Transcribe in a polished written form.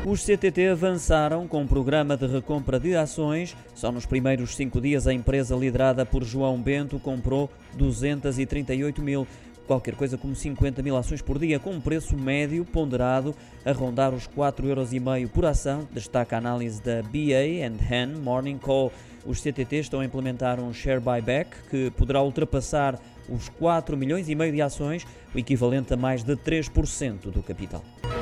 Os CTT avançaram com um programa de recompra de ações. Só nos primeiros 5 dias a empresa liderada por João Bento comprou 238 mil, qualquer coisa como 50 mil ações por dia, com um preço médio ponderado a rondar os 4,5€ por ação, destaca a análise da BA&Han Morning Call. Os CTT estão a implementar um share buyback que poderá ultrapassar os 4,5 milhões de ações, o equivalente a mais de 3% do capital.